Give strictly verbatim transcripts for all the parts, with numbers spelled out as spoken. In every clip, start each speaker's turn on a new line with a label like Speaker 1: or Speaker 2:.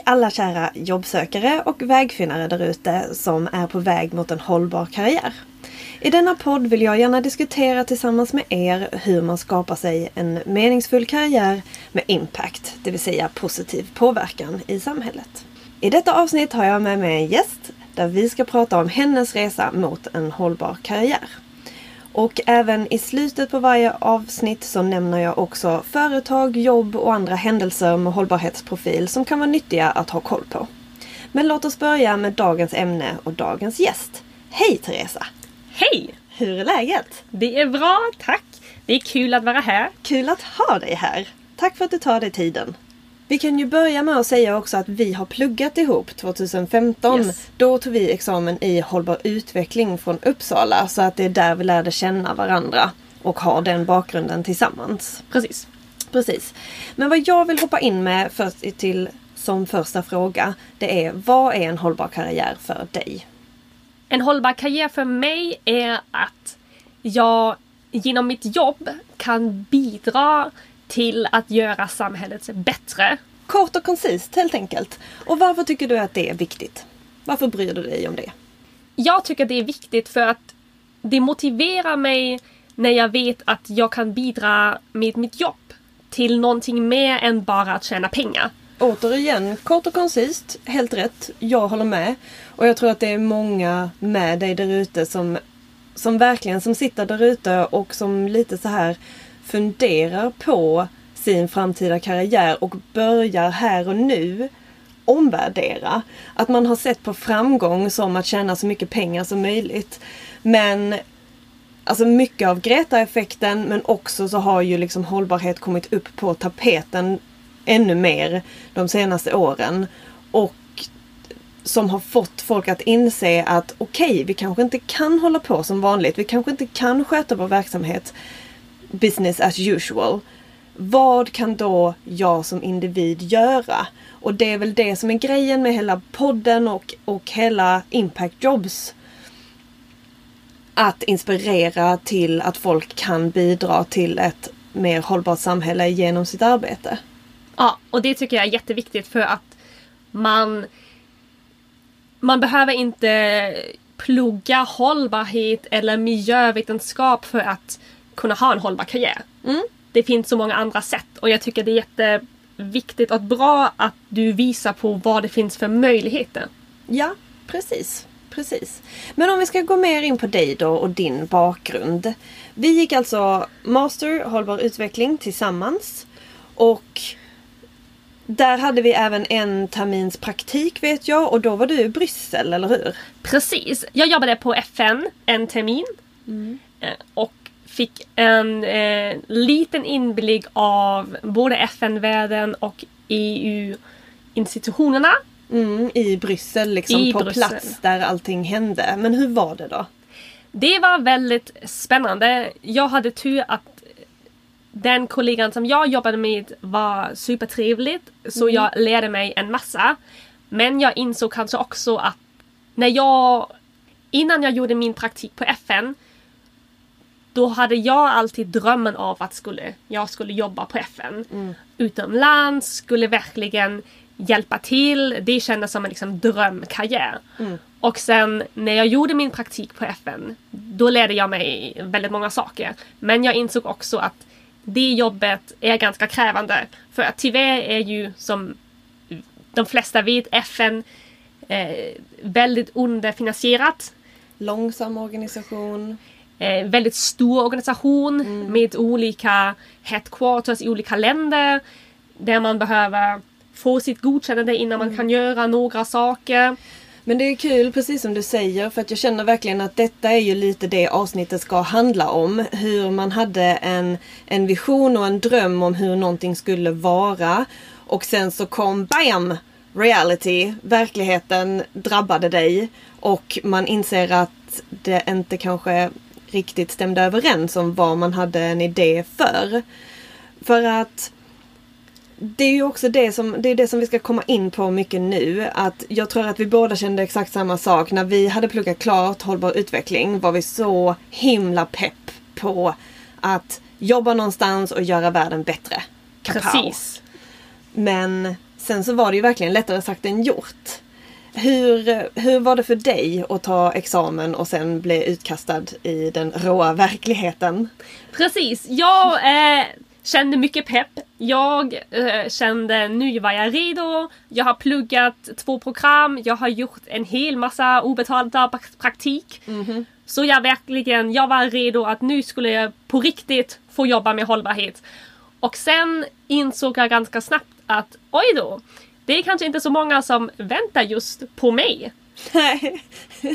Speaker 1: alla kära jobbsökare och vägfinnare där ute som är på väg mot en hållbar karriär. I denna podd vill jag gärna diskutera tillsammans med er hur man skapar sig en meningsfull karriär med impact, det vill säga positiv påverkan i samhället. I detta avsnitt har jag med mig en gäst där vi ska prata om hennes resa mot en hållbar karriär. Och även i slutet på varje avsnitt så nämner jag också företag, jobb och andra händelser med hållbarhetsprofil som kan vara nyttiga att ha koll på. Men låt oss börja med dagens ämne och dagens gäst. Hej Teresa!
Speaker 2: Hej!
Speaker 1: Hur är läget?
Speaker 2: Det är bra, tack. Det är kul att vara här.
Speaker 1: Kul att ha dig här. Tack för att du tar dig tiden. Vi kan ju börja med att säga också att vi har pluggat ihop tjugohundrafemton. Yes. Då tog vi examen i hållbar utveckling från Uppsala. Så att det är där vi lärde känna varandra och har den bakgrunden tillsammans.
Speaker 2: Precis.
Speaker 1: Precis. Men vad jag vill hoppa in med först till som första fråga, det är: vad är en hållbar karriär för dig?
Speaker 2: En hållbar karriär för mig är att jag genom mitt jobb kan bidra till att göra samhället bättre.
Speaker 1: Kort och koncist helt enkelt. Och varför tycker du att det är viktigt? Varför bryr du dig om det?
Speaker 2: Jag tycker det är viktigt för att det motiverar mig när jag vet att jag kan bidra med mitt jobb till någonting mer än bara att tjäna pengar.
Speaker 1: Återigen, kort och koncist, helt rätt. Jag håller med. Och jag tror att det är många med dig där ute som, som verkligen som sitter där ute och som lite så här funderar på sin framtida karriär och börjar här och nu omvärdera. Att man har sett på framgång som att tjäna så mycket pengar som möjligt. Men alltså mycket av Greta-effekten, men också så har ju liksom hållbarhet kommit upp på tapeten ännu mer de senaste åren. Och som har fått folk att inse att okej, okay, vi kanske inte kan hålla på som vanligt. Vi kanske inte kan sköta vår verksamhet business as usual. Vad kan då jag som individ göra? Och det är väl det som är grejen med hela podden och, och hela Impact Jobs. Att inspirera till att folk kan bidra till ett mer hållbart samhälle genom sitt arbete.
Speaker 2: Ja, och det tycker jag är jätteviktigt för att man, man behöver inte plugga hållbarhet eller miljövetenskap för att kunna ha en hållbar karriär. Mm. Det finns så många andra sätt och jag tycker det är jätteviktigt och bra att du visar på vad det finns för möjligheter.
Speaker 1: Ja, precis. Precis. Men om vi ska gå mer in på dig då och din bakgrund. Vi gick alltså master hållbar utveckling tillsammans och där hade vi även en termins praktik vet jag och då var du i Bryssel, eller hur?
Speaker 2: Precis. Jag jobbade på F N en termin mm. och fick en eh, liten inblick av både F N-världen och E U-institutionerna.
Speaker 1: Mm, I Bryssel, liksom
Speaker 2: I
Speaker 1: på
Speaker 2: Bryssel.
Speaker 1: Plats där allting hände. Men hur var det då?
Speaker 2: Det var väldigt spännande. Jag hade tur att den kollegan som jag jobbade med var supertrevligt. Så mm. jag lärde mig en massa. Men jag insåg kanske också att när jag, innan jag gjorde min praktik på F N, då hade jag alltid drömmen av att skulle, jag skulle jobba på F N. Mm. Utomlands, skulle verkligen hjälpa till. Det kändes som en liksom drömkarriär. Mm. Och sen när jag gjorde min praktik på F N, då lärde jag mig väldigt många saker. Men jag insåg också att det jobbet är ganska krävande. För att tyvärr är ju, som de flesta vet, F N eh, väldigt underfinansierat.
Speaker 1: Långsam organisation.
Speaker 2: Eh, väldigt stor organisation mm. med olika headquarters i olika länder. Där man behöver få sitt godkännande innan man mm. kan göra några saker.
Speaker 1: Men det är kul, precis som du säger, för att jag känner verkligen att detta är ju lite det avsnittet ska handla om. Hur man hade en, en vision och en dröm om hur någonting skulle vara. Och sen så kom, bam! Reality, verkligheten drabbade dig. Och man inser att det inte kanske riktigt stämde överens om vad man hade en idé för. För att det är ju också det som, det är det som vi ska komma in på mycket nu. Att jag tror att vi båda kände exakt samma sak. När vi hade pluggat klart hållbar utveckling var vi så himla pepp på att jobba någonstans och göra världen bättre. Kapow.
Speaker 2: Precis.
Speaker 1: Men Sen så var det ju verkligen lättare sagt än gjort. Hur, hur var det för dig att ta examen och sen bli utkastad i den råa verkligheten?
Speaker 2: Precis, jag eh, kände mycket pepp. Jag eh, kände nu var jag redo. Jag har pluggat två program. Jag har gjort en hel massa obetalda praktik. Mm-hmm. Så jag verkligen, jag var redo att nu skulle jag på riktigt få jobba med hållbarhet. Och sen insåg jag ganska snabbt att oj då, det är kanske inte så många som väntar just på mig.
Speaker 1: Nej.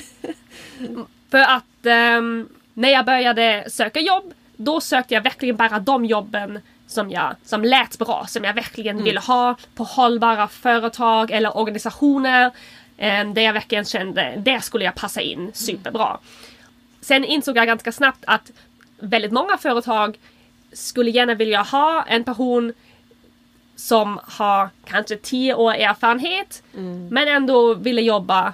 Speaker 2: För att um, när jag började söka jobb, då sökte jag verkligen bara de jobben som jag som lät bra, som jag verkligen mm. ville ha på hållbara företag eller organisationer um, där jag verkligen kände, där skulle jag passa in superbra. Sen insåg jag ganska snabbt att väldigt många företag skulle gärna vilja ha en person som har kanske tio år erfarenhet mm. men ändå ville jobba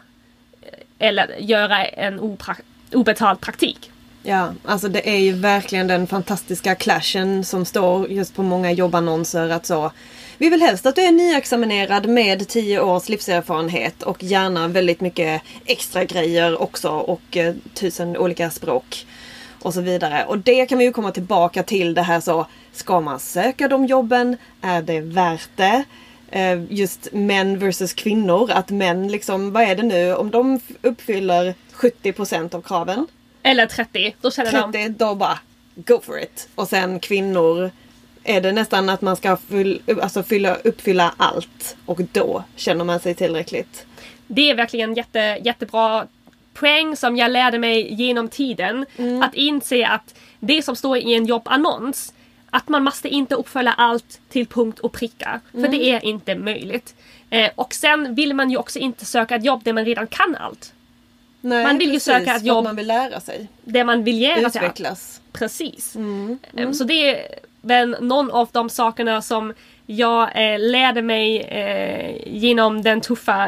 Speaker 2: eller göra en opra- obetald praktik.
Speaker 1: Ja, alltså det är ju verkligen den fantastiska clashen som står just på många jobbannonser att så, vi vill helst att du är nyexaminerad med tio års livserfarenhet och gärna väldigt mycket extra grejer också och eh, tusen olika språk och så vidare. Och det kan vi ju komma tillbaka till det här så, ska man söka de jobben? Är det värt det? Eh, just män versus kvinnor, att män liksom, vad är det nu? Om de uppfyller sjuttio procent av kraven.
Speaker 2: Eller trettio, då känner
Speaker 1: trettio,
Speaker 2: de.
Speaker 1: då bara go for it. Och sen kvinnor är det nästan att man ska fyll, alltså fylla, uppfylla allt och då känner man sig tillräckligt.
Speaker 2: Det är verkligen jätte, jättebra poäng som jag lärde mig genom tiden. Mm. Att inse att det som står i en jobbannons, att man måste inte uppfylla allt till punkt och pricka. För mm. det är inte möjligt. Eh, och sen vill man ju också inte söka ett jobb där man redan kan allt.
Speaker 1: Nej,
Speaker 2: man vill
Speaker 1: precis,
Speaker 2: ju söka ett jobb
Speaker 1: man vill lära sig.
Speaker 2: Där man vill lära sig.
Speaker 1: Utvecklas.
Speaker 2: Precis.
Speaker 1: Mm. Mm.
Speaker 2: Så det är väl någon av de sakerna som jag eh, lärde mig eh, genom den tuffa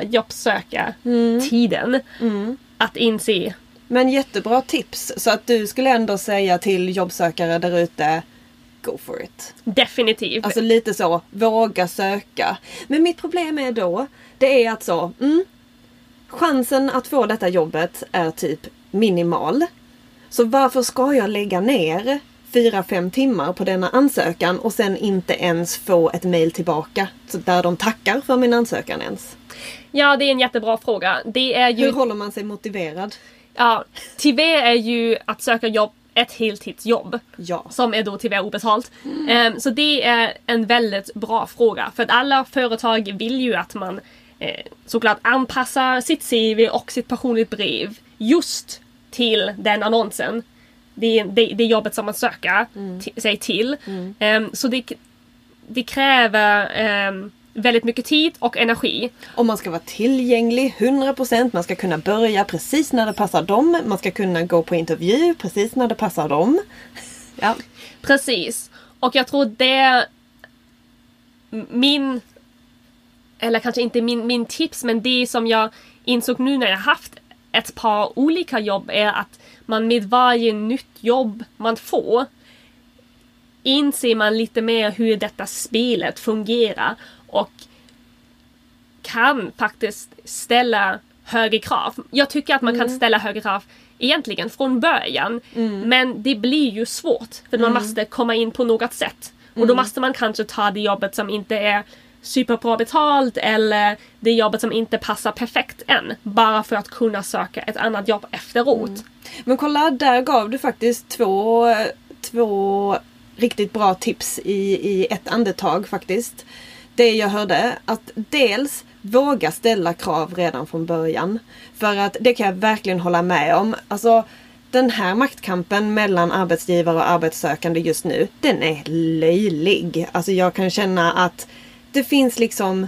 Speaker 2: jobbsöka-tiden. Mm. Mm. Att inse.
Speaker 1: Men jättebra tips. Så att du skulle ändå säga till jobbsökare där ute, go for it.
Speaker 2: Definitivt.
Speaker 1: Alltså lite så, våga söka. Men mitt problem är då, det är att så, mm, chansen att få detta jobbet är typ minimal. Så varför ska jag lägga ner fyra fem timmar på denna ansökan och sen inte ens få ett mejl tillbaka så där de tackar för min ansökan ens?
Speaker 2: Ja, det är en jättebra fråga. Det är ju...
Speaker 1: Hur håller man sig motiverad?
Speaker 2: Ja, tyvärr är ju att söka jobb ett heltidsjobb.
Speaker 1: Ja. Som
Speaker 2: är då tyvärr obetalt. Mm. Um, så det är en väldigt bra fråga. För att alla företag vill ju att man eh, såklart anpassar sitt C V och sitt personligt brev just till den annonsen. Det är det, det jobbet som man söker mm. t- sig till. Mm. Um, så det, det kräver um, väldigt mycket tid och energi.
Speaker 1: Och man ska vara tillgänglig hundra procent. Man ska kunna börja precis när det passar dem. Man ska kunna gå på intervju precis när det passar dem. Ja.
Speaker 2: Precis. Och jag tror det min eller kanske inte min, min tips, men det som jag insåg nu när jag haft ett par olika jobb är att man med varje nytt jobb man får inser man lite mer hur detta spelet fungerar och kan faktiskt ställa högre krav. Jag tycker att man mm. kan ställa högre krav egentligen från början, mm. men det blir ju svårt för mm. man måste komma in på något sätt. Och mm. då måste man kanske ta det jobbet som inte är superbra betalt eller det jobbet som inte passar perfekt än. Bara för att kunna söka ett annat jobb efteråt. Mm.
Speaker 1: Men kolla, där gav du faktiskt två, två riktigt bra tips i, i ett andetag faktiskt. Det jag hörde, att dels våga ställa krav redan från början. För att det kan jag verkligen hålla med om. Alltså den här maktkampen mellan arbetsgivare och arbetssökande just nu, den är löjlig. Alltså jag kan känna att det finns liksom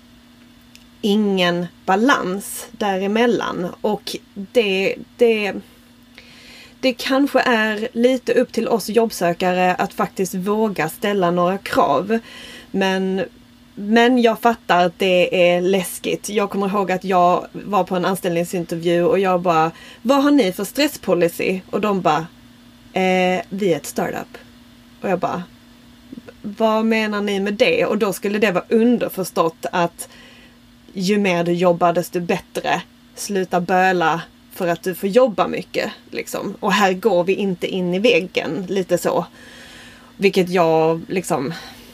Speaker 1: ingen balans däremellan. Och det, det, det kanske är lite upp till oss jobbsökare att faktiskt våga ställa några krav. Men, men jag fattar att det är läskigt. Jag kommer ihåg att jag var på en anställningsintervju och jag bara, vad har ni för stresspolicy? Och de bara, eh, vi är ett startup. Och jag bara, vad menar ni med det? Och då skulle det vara underförstått att ju mer du jobbar desto bättre. Sluta böla för att du får jobba mycket. Liksom. Och här går vi inte in i väggen. Lite så. Vilket jag liksom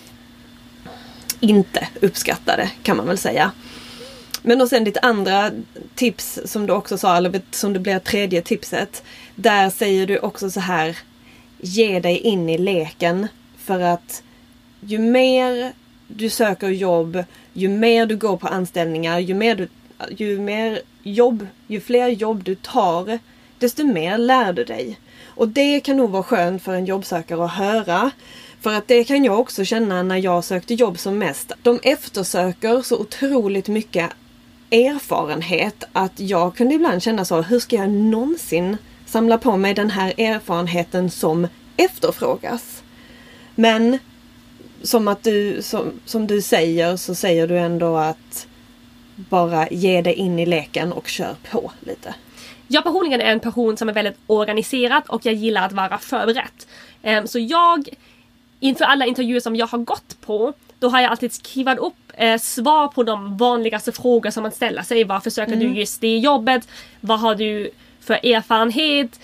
Speaker 1: inte uppskattade, kan man väl säga. Men och sen ditt andra tips som du också sa, eller som det blir tredje tipset. Där säger du också så här: ge dig in i leken. För att ju mer du söker jobb, ju mer du går på anställningar, ju mer, du, ju mer jobb, ju fler jobb du tar, desto mer lär du dig. Och det kan nog vara skönt för en jobbsökare att höra. För att det kan jag också känna när jag sökte jobb som mest. De eftersöker så otroligt mycket erfarenhet att jag kunde ibland känna så: hur ska jag någonsin samla på mig den här erfarenheten som efterfrågas? Men som att du som, som du säger så säger du ändå att bara ge dig in i leken och kör på lite.
Speaker 2: Jag personligen är en person som är väldigt organiserad och jag gillar att vara förberedd. Så jag, inför alla intervjuer som jag har gått på, då har jag alltid skrivit upp eh, svar på de vanligaste frågor som man ställer sig. Varför söker mm. du just det jobbet? Vad har du för erfarenhet?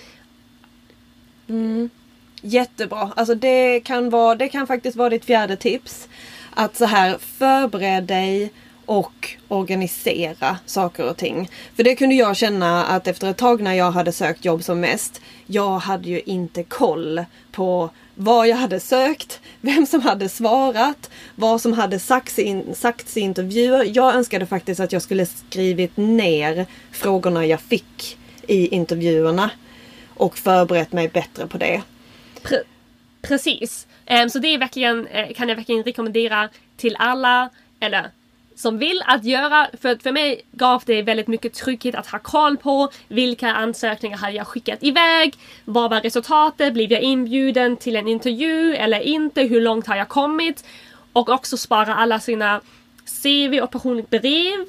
Speaker 1: Mm. Jättebra. Alltså det kan vara, det kan faktiskt vara ditt fjärde tips. Att så här förbered dig och organisera saker och ting. För det kunde jag känna att efter ett tag när jag hade sökt jobb som mest, jag hade ju inte koll på vad jag hade sökt, vem som hade svarat, vad som hade sagts i, sagts i intervjuer. Jag önskade faktiskt att jag skulle skrivit ner frågorna jag fick i intervjuerna och förberett mig bättre på det.
Speaker 2: Pre- precis. Um, så det är verkligen, uh, kan jag verkligen rekommendera till alla, eller som vill att göra. För, för mig gav det väldigt mycket trygghet att ha koll på vilka ansökningar hade jag skickat iväg. Vad var resultatet? Blev jag inbjuden till en intervju eller inte? Hur långt har jag kommit? Och också spara alla sina C V och personligt brev.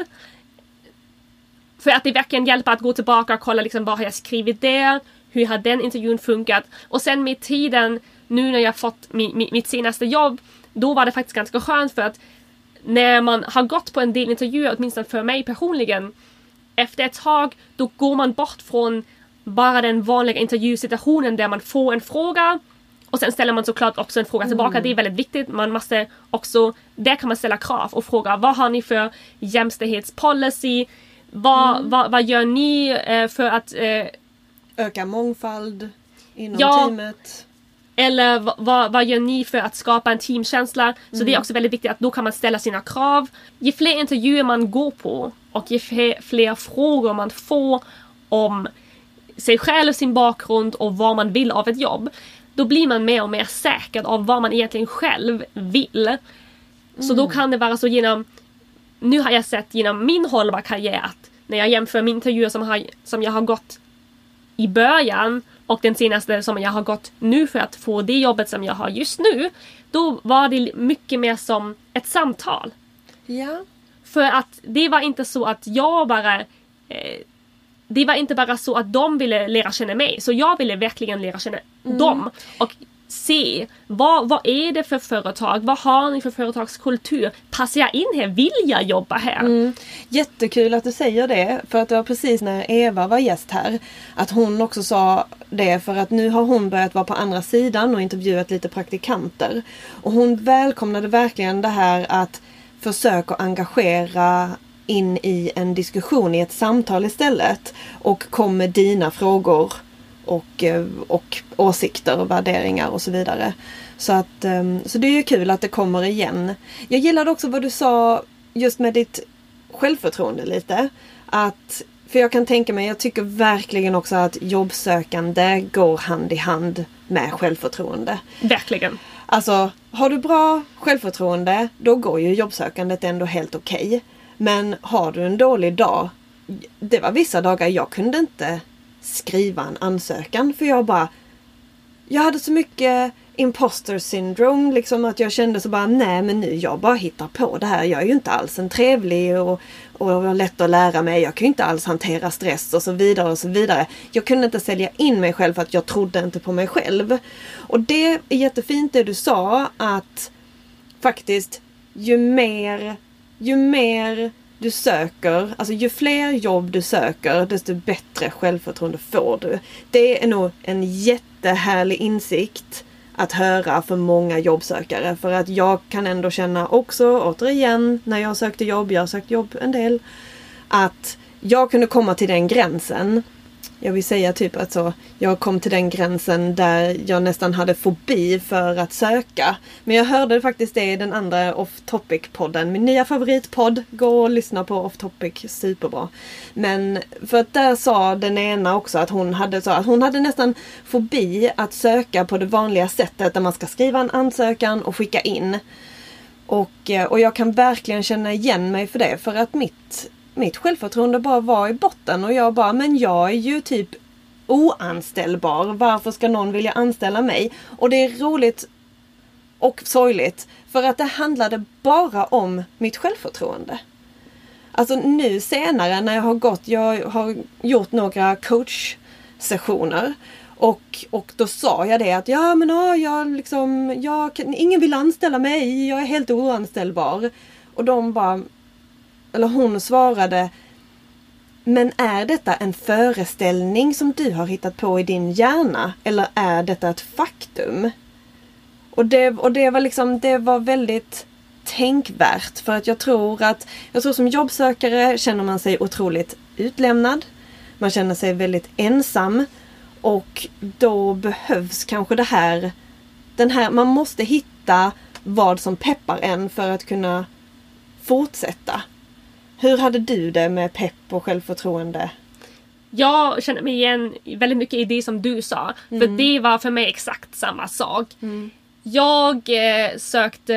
Speaker 2: För att det verkligen hjälper att gå tillbaka och kolla liksom, vad har jag skrivit där? Hur har den intervjun funkat? Och sen med tiden, nu när jag fått mi, mi, mitt senaste jobb, då var det faktiskt ganska skönt för att när man har gått på en del intervjuer, åtminstone för mig personligen, efter ett tag, då går man bort från bara den vanliga intervjusituationen där man får en fråga och sen ställer man såklart också en fråga tillbaka. Mm. Det är väldigt viktigt. Man måste också, där kan man ställa krav och fråga: vad har ni för jämställdhetspolicy? Vad, mm. vad, vad gör ni eh, för att eh,
Speaker 1: öka mångfald inom
Speaker 2: ja,
Speaker 1: teamet?
Speaker 2: Eller vad, vad, vad gör ni för att skapa en teamkänsla? Så mm. det är också väldigt viktigt att då kan man ställa sina krav. Ju fler intervjuer man går på och ju fler, fler frågor man får om sig själv, sin bakgrund och vad man vill av ett jobb, då blir man mer och mer säker av vad man egentligen själv vill. Mm. Så då kan det vara så genom, nu har jag sett genom min hållbara karriär att när jag jämför min intervjuer som, har, som jag har gått i början och den senaste som jag har gått nu för att få det jobbet som jag har just nu, då var det mycket mer som ett samtal.
Speaker 1: Ja.
Speaker 2: För att det var inte så att jag bara eh, det var inte bara så att de ville lära känna mig, så jag ville verkligen lära känna mm. dem och se vad, vad är det för företag, vad har ni för företagskultur, passar jag in här, vill jag jobba här?
Speaker 1: Mm. Jättekul att du säger det, för att det var precis när Eva var gäst här att hon också sa det, för att nu har hon börjat vara på andra sidan och intervjuat lite praktikanter och hon välkomnade verkligen det här att försöka engagera in i en diskussion, i ett samtal istället, och kom med dina frågor och, och åsikter och värderingar och så vidare. Så, att, så det är ju kul att det kommer igen. Jag gillade också vad du sa just med ditt självförtroende lite. Att, för jag kan tänka mig, jag tycker verkligen också att jobbsökande går hand i hand med självförtroende.
Speaker 2: Verkligen.
Speaker 1: Alltså, har du bra självförtroende, då går ju jobbsökandet ändå helt okej. Okay. Men har du en dålig dag, det var vissa dagar jag kunde inte skriva en ansökan för jag bara, jag hade så mycket imposter syndrome liksom, att jag kände så bara, nej men nu jag bara hittar på det här, jag är ju inte alls en trevlig och, och lätt att lära mig, jag kan ju inte alls hantera stress och så vidare och så vidare. Jag kunde inte sälja in mig själv för att jag trodde inte på mig själv. Och det är jättefint det du sa, att faktiskt ju mer, ju mer du söker, alltså ju fler jobb du söker, desto bättre självförtroende får du. Det är nog en jättehärlig insikt att höra för många jobbsökare. För att jag kan ändå känna också, återigen, när jag sökte jobb, jag har sökt jobb en del, att jag kunde komma till den gränsen. Jag vill säga typ att så, jag kom till den gränsen där jag nästan hade fobi för att söka. Men jag hörde faktiskt det i den andra Off Topic-podden. Min nya favoritpodd. Gå och lyssna på Off Topic, superbra. Men för att där sa den ena också att hon hade, så, att hon hade nästan fobi att söka på det vanliga sättet där man ska skriva en ansökan och skicka in. Och, och jag kan verkligen känna igen mig för det. För att mitt... Mitt självförtroende bara var i botten och jag bara, men jag är ju typ oanställbar. Varför ska någon vilja anställa mig? Och det är roligt och sorgligt för att det handlade bara om mitt självförtroende. Alltså nu senare när jag har gått, jag har gjort några coach-sessioner och, och då sa jag det att ja men ja, jag liksom, jag, ingen vill anställa mig, jag är helt oanställbar. Och de bara... Eller hon svarade, men är detta en föreställning som du har hittat på i din hjärna? Eller är detta ett faktum? Och det, och det var liksom, det var väldigt tänkvärt. För att jag tror att, jag tror som jobbsökare känner man sig otroligt utlämnad. Man känner sig väldigt ensam. Och då behövs kanske det här, den här, man måste hitta vad som peppar en för att kunna fortsätta. Hur hade du det med pepp och självförtroende?
Speaker 2: Jag känner mig igen väldigt mycket i det som du sa. Mm. För det var för mig exakt samma sak. Mm. Jag eh, sökte...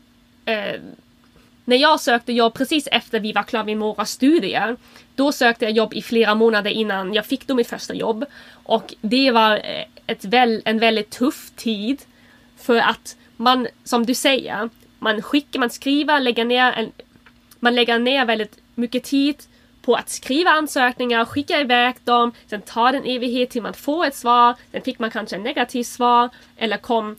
Speaker 2: Eh, när jag sökte jobb precis efter vi var klara med våra studier. Då sökte jag jobb i flera månader innan jag fick då mitt första jobb. Och det var ett väl, en väldigt tuff tid. För att man, som du säger, man skickar, man skriver, lägger ner en... Man lägger ner väldigt mycket tid på att skriva ansökningar, skicka iväg dem. Sen tar det en evighet till man får ett svar. Sen fick man kanske en negativt svar. Eller kom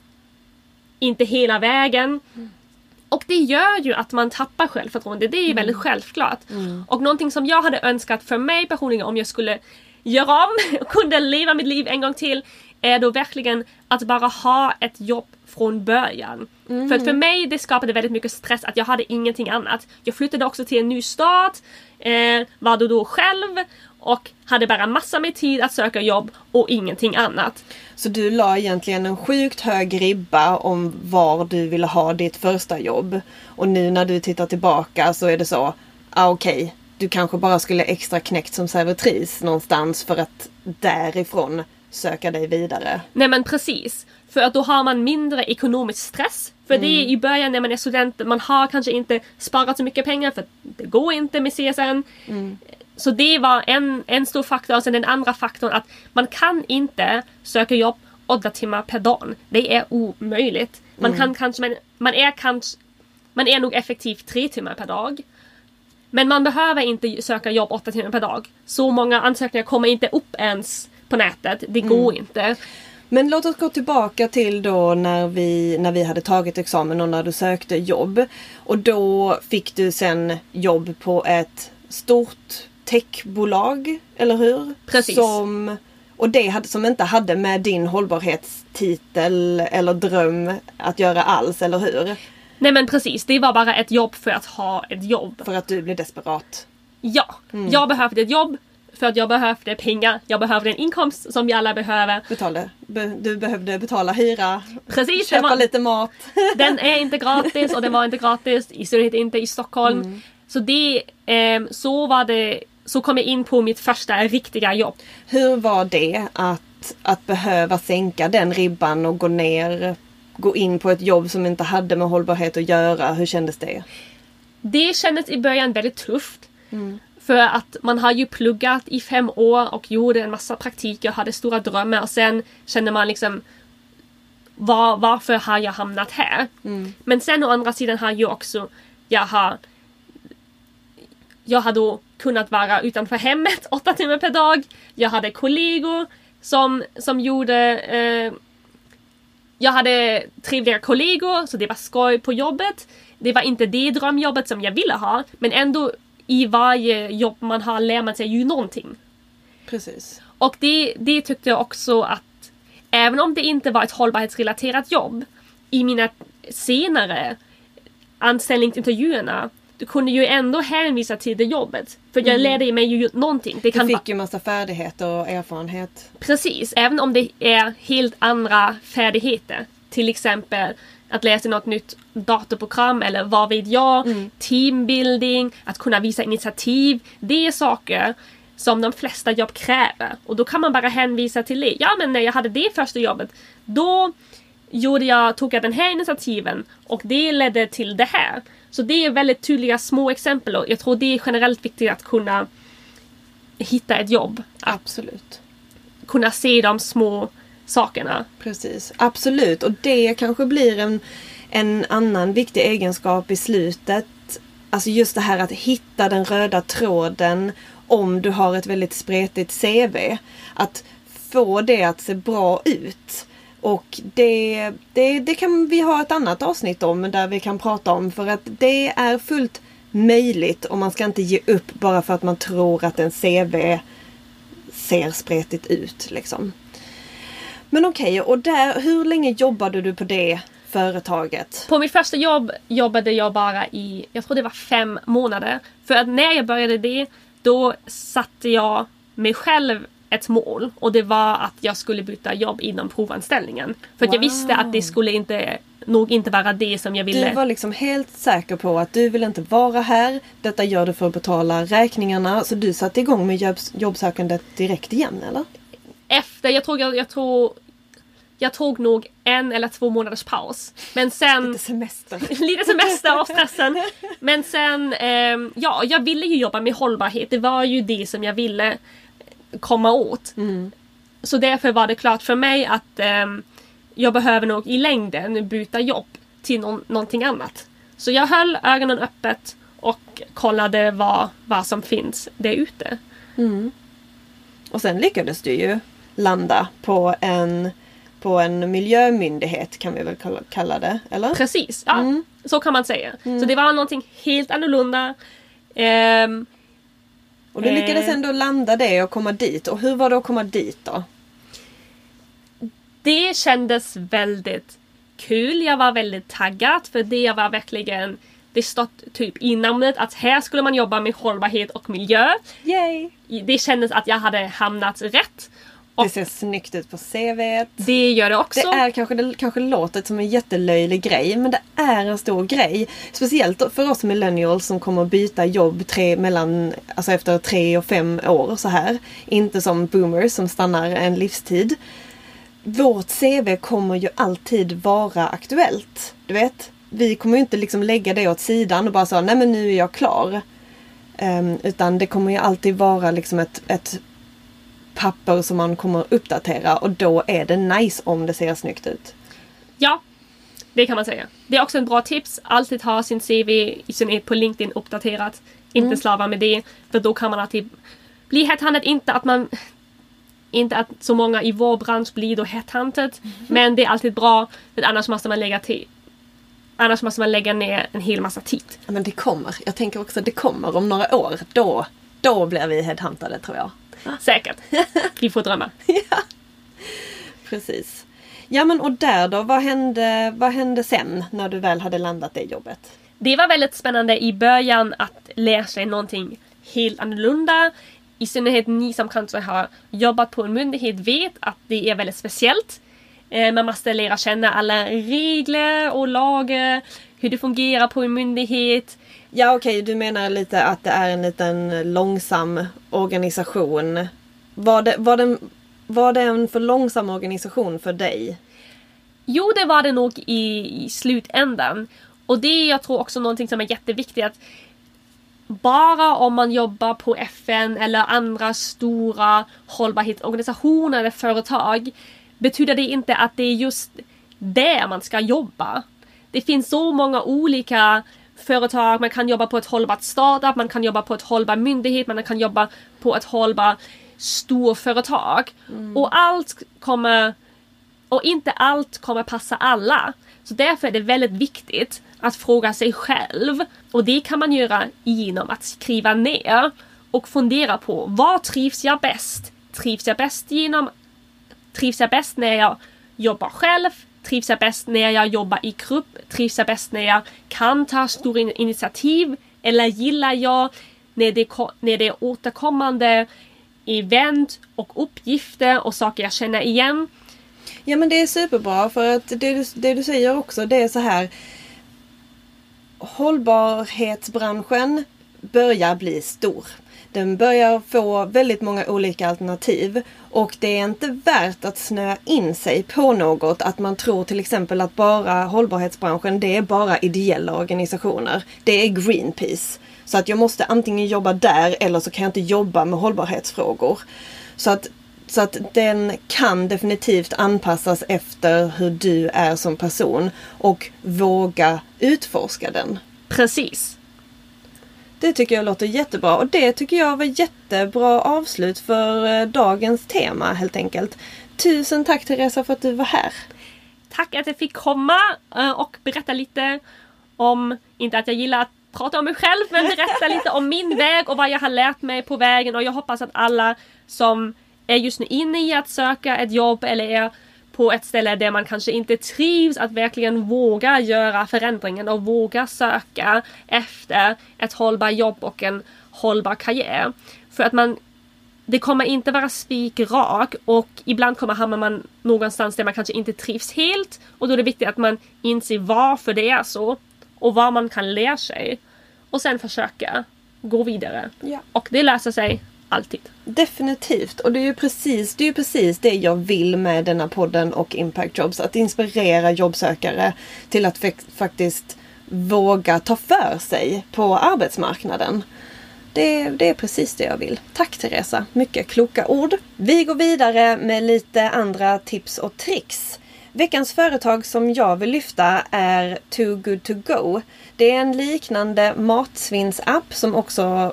Speaker 2: inte hela vägen. Mm. Och det gör ju att man tappar självförtroende. Det är ju mm. väldigt självklart. Mm. Och någonting som jag hade önskat för mig personligen om jag skulle göra om och kunde leva mitt liv en gång till. Är då verkligen att bara ha ett jobb från början. Mm. För för mig det skapade väldigt mycket stress att jag hade ingenting annat. Jag flyttade också till en ny stad. Eh, var då då själv. Och hade bara massa med tid att söka jobb och ingenting annat.
Speaker 1: Så du la egentligen en sjukt hög ribba om var du ville ha ditt första jobb. Och nu när du tittar tillbaka så är det så. Ah, okej, okay, du kanske bara skulle extra knäckt som servitris någonstans för att därifrån söka dig vidare.
Speaker 2: Nej men precis. För att då har man mindre ekonomisk stress. För mm. det är i början när man är student. Man har kanske inte sparat så mycket pengar. För det går inte med C S N. Mm. Så det var en, en stor faktor. Och sen den andra faktorn att man kan inte söka jobb åtta timmar per dag. Det är omöjligt. Man mm. kan kanske, man, man är kanske, man är nog effektivt tre timmar per dag. Men man behöver inte söka jobb åtta timmar per dag. Så många ansökningar kommer inte upp ens på nätet. Det går mm. inte.
Speaker 1: Men låt oss gå tillbaka till då när vi, när vi hade tagit examen och när du sökte jobb. Och då fick du sen jobb på ett stort techbolag, eller hur?
Speaker 2: Precis.
Speaker 1: Som, och det hade, som inte hade med din hållbarhetstitel eller dröm att göra alls, eller hur?
Speaker 2: Nej men precis, det var bara ett jobb för att ha ett jobb.
Speaker 1: För att du blev desperat.
Speaker 2: Ja, mm. jag behövde ett jobb. För att jag behövde pengar. Jag behövde en inkomst som vi alla behöver.
Speaker 1: Betala. Be- du behövde betala hyra.
Speaker 2: Precis.
Speaker 1: Köpa
Speaker 2: var,
Speaker 1: lite mat.
Speaker 2: Den är inte gratis och den var inte gratis. I synnerhet inte i Stockholm. Mm. Så det, eh, så var det. Så kom jag in på mitt första riktiga jobb.
Speaker 1: Hur var det att, att behöva sänka den ribban och gå ner, gå in på ett jobb som inte hade med hållbarhet att göra? Hur kändes det?
Speaker 2: Det kändes i början väldigt tufft.
Speaker 1: Mm.
Speaker 2: För att man har ju pluggat i fem år och gjorde en massa praktiker och hade stora drömmar. Och sen känner man liksom, var, varför har jag hamnat här? Mm. Men sen å andra sidan har jag också, jag har, jag har då kunnat vara utanför hemmet åtta timmar per dag. Jag hade kollegor som, som gjorde, eh, jag hade trevliga kollegor, så det var skoj på jobbet. Det var inte det drömjobbet som jag ville ha, men ändå i varje jobb man har lär man sig ju någonting.
Speaker 1: Precis.
Speaker 2: Och det, det tyckte jag också att även om det inte var ett hållbarhetsrelaterat jobb, i mina senare anställningsintervjuerna, du kunde ju ändå hänvisa till det jobbet. För jag mm. lärde mig ju någonting. Det kan
Speaker 1: du fick
Speaker 2: va-
Speaker 1: ju massa färdigheter och erfarenhet.
Speaker 2: Precis, även om det är helt andra färdigheter. Till exempel att läsa något nytt datorprogram eller vad vet jag, mm. teambuilding, att kunna visa initiativ. Det är saker som de flesta jobb kräver. Och då kan man bara hänvisa till det. Ja, men när jag hade det första jobbet, då gjorde jag, tog jag den här initiativen och det ledde till det här. Så det är väldigt tydliga små exempel och jag tror det är generellt viktigt att kunna hitta ett jobb.
Speaker 1: Absolut.
Speaker 2: Kunna se de små sakerna.
Speaker 1: Precis, absolut. Och det kanske blir en, en annan viktig egenskap i slutet. Alltså just det här att hitta den röda tråden om du har ett väldigt spretigt C V. Att få det att se bra ut. Och det, det, det kan vi ha ett annat avsnitt om där vi kan prata om, för att det är fullt möjligt och man ska inte ge upp bara för att man tror att en C V ser spretigt ut liksom. Men okej, okay, och där, hur länge jobbade du på det företaget?
Speaker 2: På mitt första jobb jobbade jag bara i, jag tror det var fem månader. För att när jag började det, då satte jag mig själv ett mål. Och det var att jag skulle byta jobb inom provanställningen. För att wow. jag visste att det skulle inte, nog inte vara det som jag ville.
Speaker 1: Du var liksom helt säker på att du vill inte vara här. Detta gör du för att betala räkningarna. Så du satte igång med jobbs- jobbsökandet direkt igen, eller?
Speaker 2: Efter, jag tror jag, jag tror jag tog nog en eller två månaders paus. Men sen...
Speaker 1: Lite semester.
Speaker 2: lite semester och stressen. Men sen, eh, ja, jag ville ju jobba med hållbarhet. Det var ju det som jag ville komma åt. Mm. Så därför var det klart för mig att eh, jag behöver nog i längden byta jobb till no- någonting annat. Så jag höll ögonen öppet och kollade vad, vad som finns där ute.
Speaker 1: Mm. Och sen lyckades du ju landa på en, på en miljömyndighet, kan vi väl kalla det, eller?
Speaker 2: Precis, ja. Mm. Så kan man säga. Mm. Så det var någonting helt annorlunda. Ehm,
Speaker 1: och du lyckades ändå landa det och komma dit. Och hur var det att komma dit då?
Speaker 2: Det kändes väldigt kul. Jag var väldigt taggad för det var verkligen... Det stod typ i namnet att här skulle man jobba med hållbarhet och miljö.
Speaker 1: Yay!
Speaker 2: Det kändes att jag hade hamnat rätt. Och
Speaker 1: det ser snyggt ut på C V:t.
Speaker 2: Det gör det också.
Speaker 1: Det är kanske, det kanske låter som en jättelöjlig grej, men det är en stor grej. Speciellt för oss millennials som kommer att byta jobb tre, mellan, alltså efter tre och fem år så här. Inte som boomers som stannar en livstid. Vårt C V kommer ju alltid vara aktuellt. Du vet, vi kommer ju inte liksom lägga det åt sidan och bara säga nej men nu är jag klar. Um, utan det kommer ju alltid vara liksom ett, ett papper som man kommer uppdatera, och då är det nice om det ser snyggt ut.
Speaker 2: Ja, det kan man säga. Det är också en bra tips. Alltid ha sin C V i synnerhet på LinkedIn uppdaterat. Inte mm. slava med det, för då kan man alltid bli headhunted. Inte att man inte att så många i vår bransch blir då headhunted, mm. men det är alltid bra, för annars måste man lägga till Annars måste man lägga ner en hel massa tid.
Speaker 1: Ja, men det kommer. Jag tänker också att det kommer om några år. Då, då blir vi headhuntade, tror jag.
Speaker 2: Säkert. Vi får drömma.
Speaker 1: Ja, precis. Ja, men och där då, vad hände, vad hände sen när du väl hade landat det jobbet?
Speaker 2: Det var väldigt spännande i början att lära sig någonting helt annorlunda. I synnerhet ni som kanske har jobbat på en myndighet vet att det är väldigt speciellt. Man måste lära känna alla regler och lagar, hur det fungerar på en myndighet.
Speaker 1: Ja, okej, okay, du menar lite att det är en liten långsam organisation. Var det, var det, var det en för långsam organisation för dig?
Speaker 2: Jo, det var det nog i, i slutändan. Och det är jag tror också någonting som är jätteviktigt, att bara om man jobbar på F N eller andra stora hållbarhetsorganisationer eller företag betyder det inte att det är just där man ska jobba. Det finns så många olika företag. Man kan jobba på ett hållbart startup, man kan jobba på ett hållbar myndighet, man kan jobba på ett hållbart storföretag. Mm. Och allt kommer Och inte allt kommer passa alla. Så därför är det väldigt viktigt att fråga sig själv. Och det kan man göra genom att skriva ner och fundera på vad trivs jag bäst? Trivs jag bäst genom Trivs jag bäst när jag jobbar själv? Trivs jag bäst när jag jobbar i grupp? Trivs jag bäst när jag kan ta stora initiativ? Eller gillar jag när det, när det är återkommande event och uppgifter och saker jag känner igen?
Speaker 1: Ja, men det är superbra, för att det du, det du säger också, det är så här: hållbarhetsbranschen börjar bli stor. Den börjar få väldigt många olika alternativ, och det är inte värt att snöa in sig på något, att man tror till exempel att bara hållbarhetsbranschen, det är bara ideella organisationer. Det är Greenpeace. Så att jag måste antingen jobba där eller så kan jag inte jobba med hållbarhetsfrågor. Så att Så att den kan definitivt anpassas efter hur du är som person och våga utforska den.
Speaker 2: Precis.
Speaker 1: Det tycker jag låter jättebra, och det tycker jag var jättebra avslut för dagens tema helt enkelt. Tusen tack Teresa för att du var här.
Speaker 2: Tack att jag fick komma och berätta lite om, inte att jag gillar att prata om mig själv, men berätta lite om min väg och vad jag har lärt mig på vägen, och jag hoppas att alla som är just nu inne i att söka ett jobb eller är på ett ställe där man kanske inte trivs, att verkligen våga göra förändringen och våga söka efter ett hållbart jobb och en hållbar karriär. För att man, det kommer inte vara spikrak, och ibland kommer hamna man någonstans där man kanske inte trivs helt, och då är det viktigt att man inser varför det är så och vad man kan lära sig och sen försöka gå vidare.
Speaker 1: Ja.
Speaker 2: Och det löser sig alltid.
Speaker 1: Definitivt. Och det är ju precis det, är ju precis det jag vill med denna podden och Impact Jobs. Att inspirera jobbsökare till att f- faktiskt våga ta för sig på arbetsmarknaden. Det, det är precis det jag vill. Tack Teresa. Mycket kloka ord. Vi går vidare med lite andra tips och tricks. Veckans företag som jag vill lyfta är Too Good To Go. Det är en liknande matsvinnsapp som också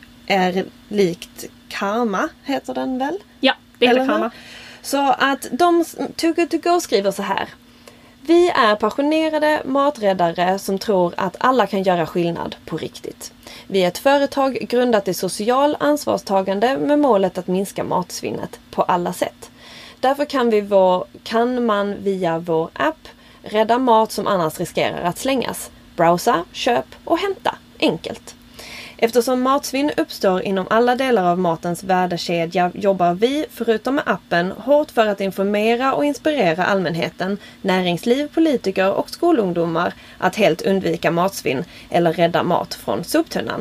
Speaker 1: är likt Karma, heter den väl?
Speaker 2: Ja, det är Karma.
Speaker 1: Så att de, Too Good To Go skriver så här: vi är passionerade maträddare som tror att alla kan göra skillnad på riktigt. Vi är ett företag grundat i social ansvarstagande med målet att minska matsvinnet på alla sätt. Därför kan, vi vår, kan man via vår app rädda mat som annars riskerar att slängas. Browsa, köp och hämta. Enkelt. Eftersom matsvinn uppstår inom alla delar av matens värdekedja jobbar vi, förutom med appen, hårt för att informera och inspirera allmänheten, näringsliv, politiker och skolungdomar att helt undvika matsvinn eller rädda mat från soptunnan.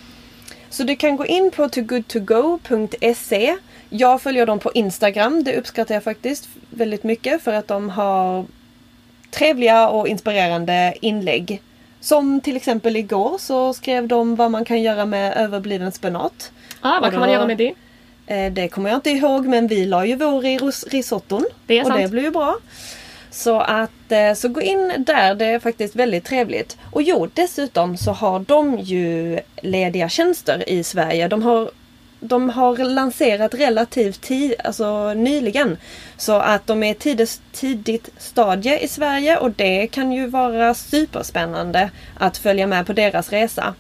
Speaker 1: Så du kan gå in på too good to go punkt se. Jag följer dem på Instagram, det uppskattar jag faktiskt väldigt mycket för att de har trevliga och inspirerande inlägg. Som till exempel igår så skrev de vad man kan göra med överbliven spenat.
Speaker 2: Ah, vad
Speaker 1: då,
Speaker 2: kan man göra med det?
Speaker 1: Eh, det kommer jag inte ihåg, men vi la ju vår i risotton.
Speaker 2: Det är
Speaker 1: och
Speaker 2: sant.
Speaker 1: det blev ju bra. Så att eh, så gå in där, det är faktiskt väldigt trevligt. Och jo, dessutom så har de ju lediga tjänster i Sverige. De har De har lanserat relativt tid, alltså nyligen. Så att de är tidigt, tidigt stadie i Sverige, och det kan ju vara superspännande att följa med på deras resa.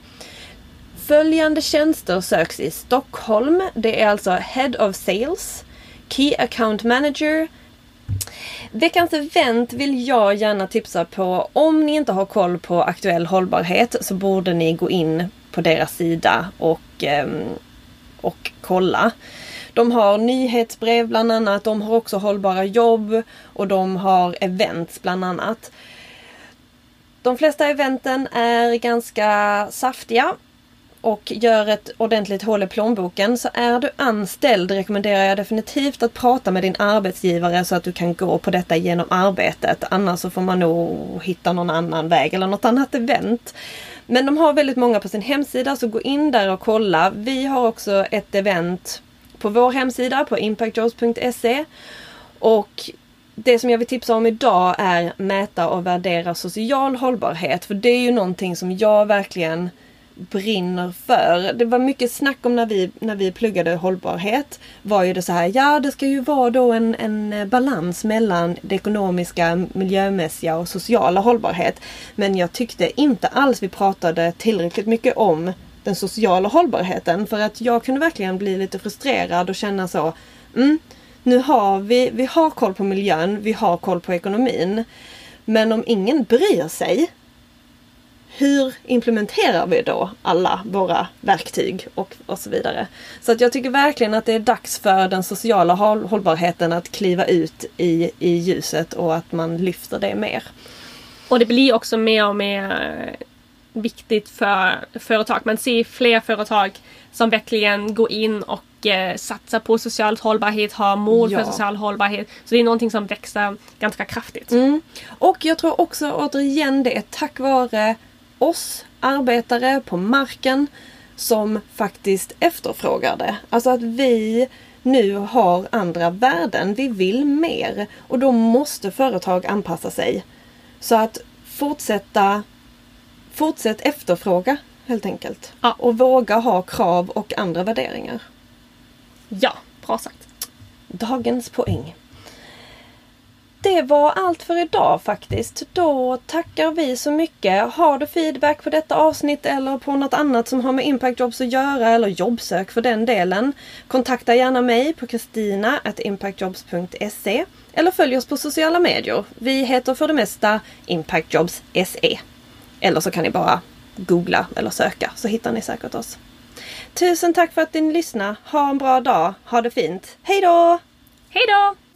Speaker 1: Följande tjänster söks i Stockholm. Det är alltså Head of Sales, Key Account Manager. Veckans event vill jag gärna tipsa på. Om ni inte har koll på aktuell hållbarhet så borde ni gå in på deras sida och... Um, och kolla. De har nyhetsbrev bland annat, de har också hållbara jobb och de har events bland annat. De flesta eventen är ganska saftiga och gör ett ordentligt hål i plånboken. Så är du anställd rekommenderar jag definitivt att prata med din arbetsgivare så att du kan gå på detta genom arbetet. Annars så får man nog hitta någon annan väg eller något annat event. Men de har väldigt många på sin hemsida, så gå in där och kolla. Vi har också ett event på vår hemsida på impact jobs punkt se. Och det som jag vill tipsa om idag är mäta och värdera social hållbarhet. För det är ju någonting som jag verkligen brinner för. Det var mycket snack om när vi, när vi pluggade hållbarhet. Var ju det så här, ja det ska ju vara då en, en balans mellan det ekonomiska, miljömässiga och sociala hållbarhet. Men jag tyckte inte alls vi pratade tillräckligt mycket om den sociala hållbarheten. För att jag kunde verkligen bli lite frustrerad och känna så, mm, nu har vi, vi har koll på miljön, vi har koll på ekonomin. Men om ingen bryr sig, hur implementerar vi då alla våra verktyg och, och så vidare. Så att jag tycker verkligen att det är dags för den sociala håll- hållbarheten att kliva ut i, i ljuset och att man lyfter det mer.
Speaker 2: Och det blir också mer och mer viktigt för företag. Man ser fler företag som verkligen går in och eh, satsar på social hållbarhet, har mål
Speaker 1: Ja.
Speaker 2: för social hållbarhet. Så det är någonting som växer ganska kraftigt.
Speaker 1: Mm. Och jag tror också återigen det är tack vare oss arbetare på marken som faktiskt efterfrågar det. Alltså att vi nu har andra värden. Vi vill mer. Och då måste företag anpassa sig. Så att fortsätta fortsätt efterfråga helt enkelt.
Speaker 2: Ja.
Speaker 1: Och våga ha krav och andra värderingar.
Speaker 2: Ja, bra sagt.
Speaker 1: Dagens poäng. Det var allt för idag faktiskt. Då tackar vi så mycket. Har du feedback på detta avsnitt eller på något annat som har med Impact Jobs att göra eller jobbsök för den delen, kontakta gärna mig på kristina at impactjobs punkt se eller följ oss på sociala medier. Vi heter för det mesta Impact Jobs S E. Eller så kan ni bara googla eller söka så hittar ni säkert oss. Tusen tack för att ni lyssnade. Ha en bra dag. Ha det fint. Hej då!
Speaker 2: Hej då!